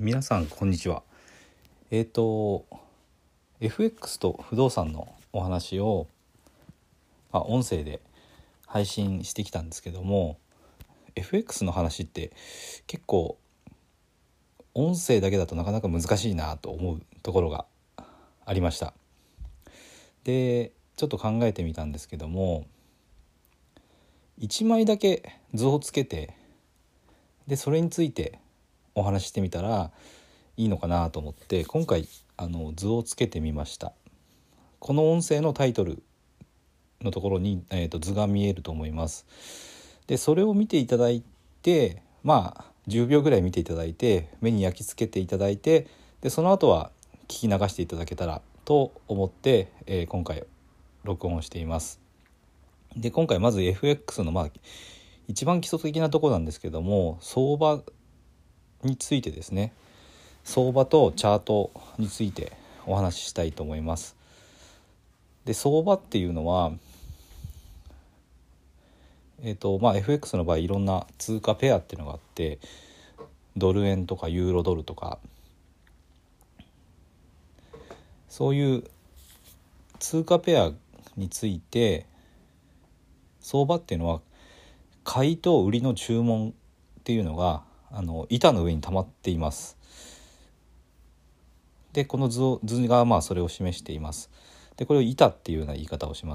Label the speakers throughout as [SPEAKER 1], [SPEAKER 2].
[SPEAKER 1] 皆さんこんにちは。FX と不動産のお話を、音声で配信してきたんですけども、 FX の話って結構音声だけだとなかなか難しいなと思うところがありました。でちょっと考えてみたんですけども、1枚だけ図をつけて、でそれについてお話ししてみたらいいのかなと思って、今回図をつけてみました。この音声のタイトルのところに、図が見えると思います。でそれを見ていただいて、10秒ぐらい見ていただいて、目に焼き付けていただいて、でその後は聞き流していただけたらと思って、今回録音しています。で今回まず FX の一番基礎的なところなんですけども、相場についてですね、相場とチャートについてお話ししたいと思います。で相場っていうのは、FX の場合いろんな通貨ペアっていうのがあって、ドル円とかユーロドルとか、そういう通貨ペアについて相場っていうのは買いと売りの注文っていうのが板の上に溜まっています。でこの図がそれを示しています。でこれを板っていうような言い方をします。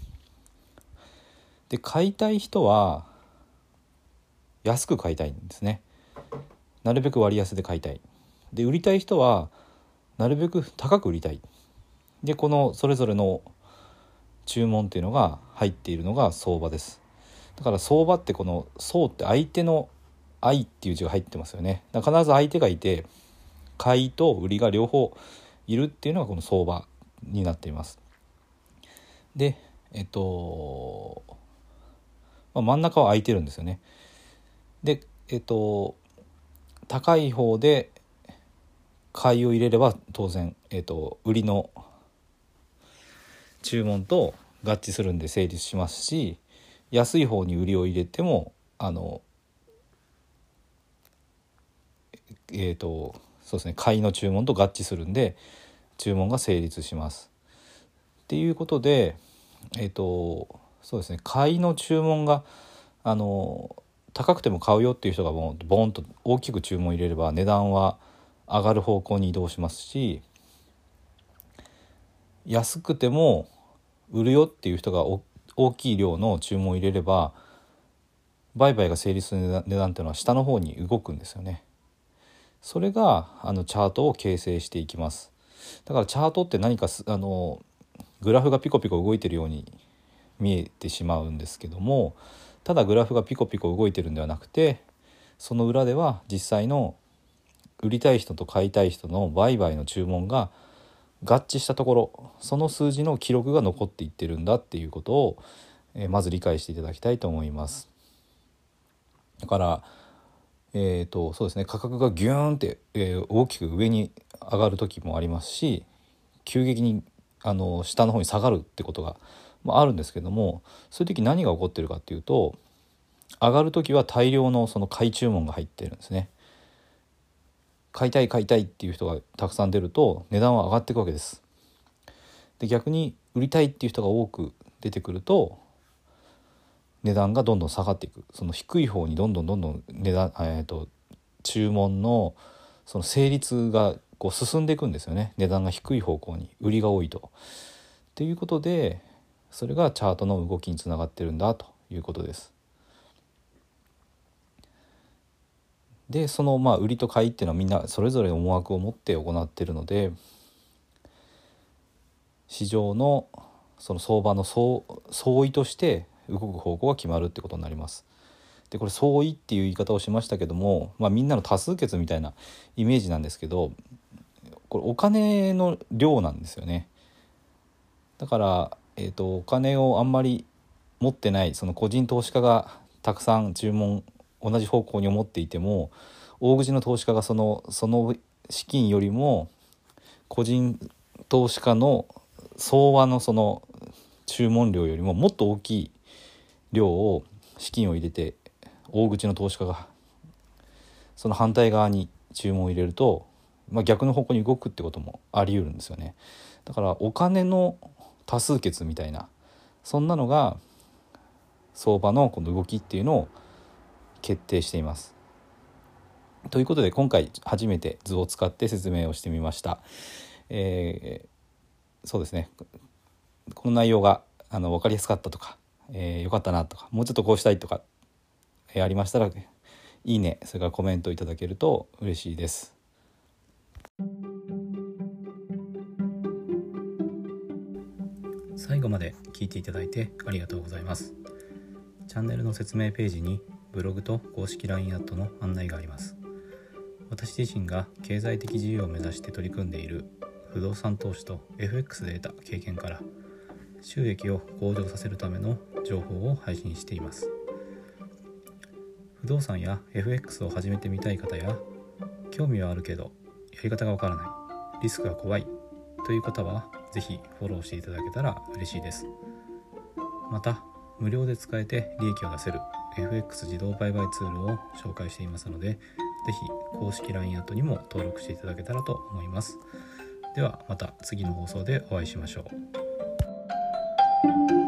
[SPEAKER 1] で買いたい人は安く買いたいんですね。なるべく割安で買いたい。で売りたい人はなるべく高く売りたい。でこのそれぞれの注文っていうのが入っているのが相場です。だから相場って、この相って相手の愛っていう字が入ってますよね。だから必ず相手がいて、買いと売りが両方いるっていうのがこの相場になっています。で真ん中は空いてるんですよね。で高い方で買いを入れれば当然、売りの注文と合致するんで成立しますし、安い方に売りを入れてもそうですね、買いの注文と合致するんで注文が成立しますっていうことで、そうですね、買いの注文が高くても買うよっていう人がもうボーンと大きく注文を入れれば値段は上がる方向に移動しますし、安くても売るよっていう人が大きい量の注文を入れれば売買が成立する値段っていうのは下の方に動くんですよね。それがチャートを形成していきます。だからチャートって何かグラフがピコピコ動いてるように見えてしまうんですけども、ただグラフがピコピコ動いてるんではなくて、その裏では実際の売りたい人と買いたい人の売買の注文が合致したところ、その数字の記録が残っていってるんだっていうことを、まず理解していただきたいと思います。だからそうですね、価格がギューンって、大きく上に上がる時もありますし、急激に下の方に下がるってことが、あるんですけども、そういう時何が起こってるかっていうと、上がる時は大量のその買い注文が入ってるんですね。買いたいっていう人がたくさん出ると値段は上がっていくわけです。で逆に売りたいっていう人が多く出てくると値段がどんどん下がっていく。その低い方にどんどん値段、注文のその成立がこう進んでいくんですよね。値段が低い方向に売りが多いと。っていうことで、それがチャートの動きにつながってるんだということです。でその売りと買いっていうのはみんなそれぞれ思惑を持って行っているので、市場のその相場の相違として動く方向が決まるってことになります。でこれ相違っていう言い方をしましたけども、みんなの多数決みたいなイメージなんですけど、これお金の量なんですよね。だから、お金をあんまり持ってないその個人投資家がたくさん注文同じ方向に思っていても、大口の投資家がその資金よりも個人投資家の相場のその注文量よりももっと大きい量を資金を入れて、大口の投資家がその反対側に注文を入れると、逆の方向に動くってこともあり得るんですよね。だからお金の多数決みたいな、そんなのが相場のこの動きっていうのを決定しています。ということで今回初めて図を使って説明をしてみました。そうですね、この内容が分かりやすかったとか、よかったなとか、もうちょっとこうしたいとか、ありましたらいいね、それからコメントいただけると嬉しいです。最後まで聞いていただいてありがとうございます。チャンネルの説明ページにブログと公式 LINE アットの案内があります。私自身が経済的自由を目指して取り組んでいる不動産投資と FX で得た経験から収益を向上させるための情報を配信しています。不動産や FX を始めてみたい方や、興味はあるけどやり方がわからない、リスクが怖いという方はぜひフォローしていただけたら嬉しいです。また無料で使えて利益を出せる FX 自動売買ツールを紹介していますので、ぜひ公式 LINE アットにも登録していただけたらと思います。ではまた次の放送でお会いしましょう。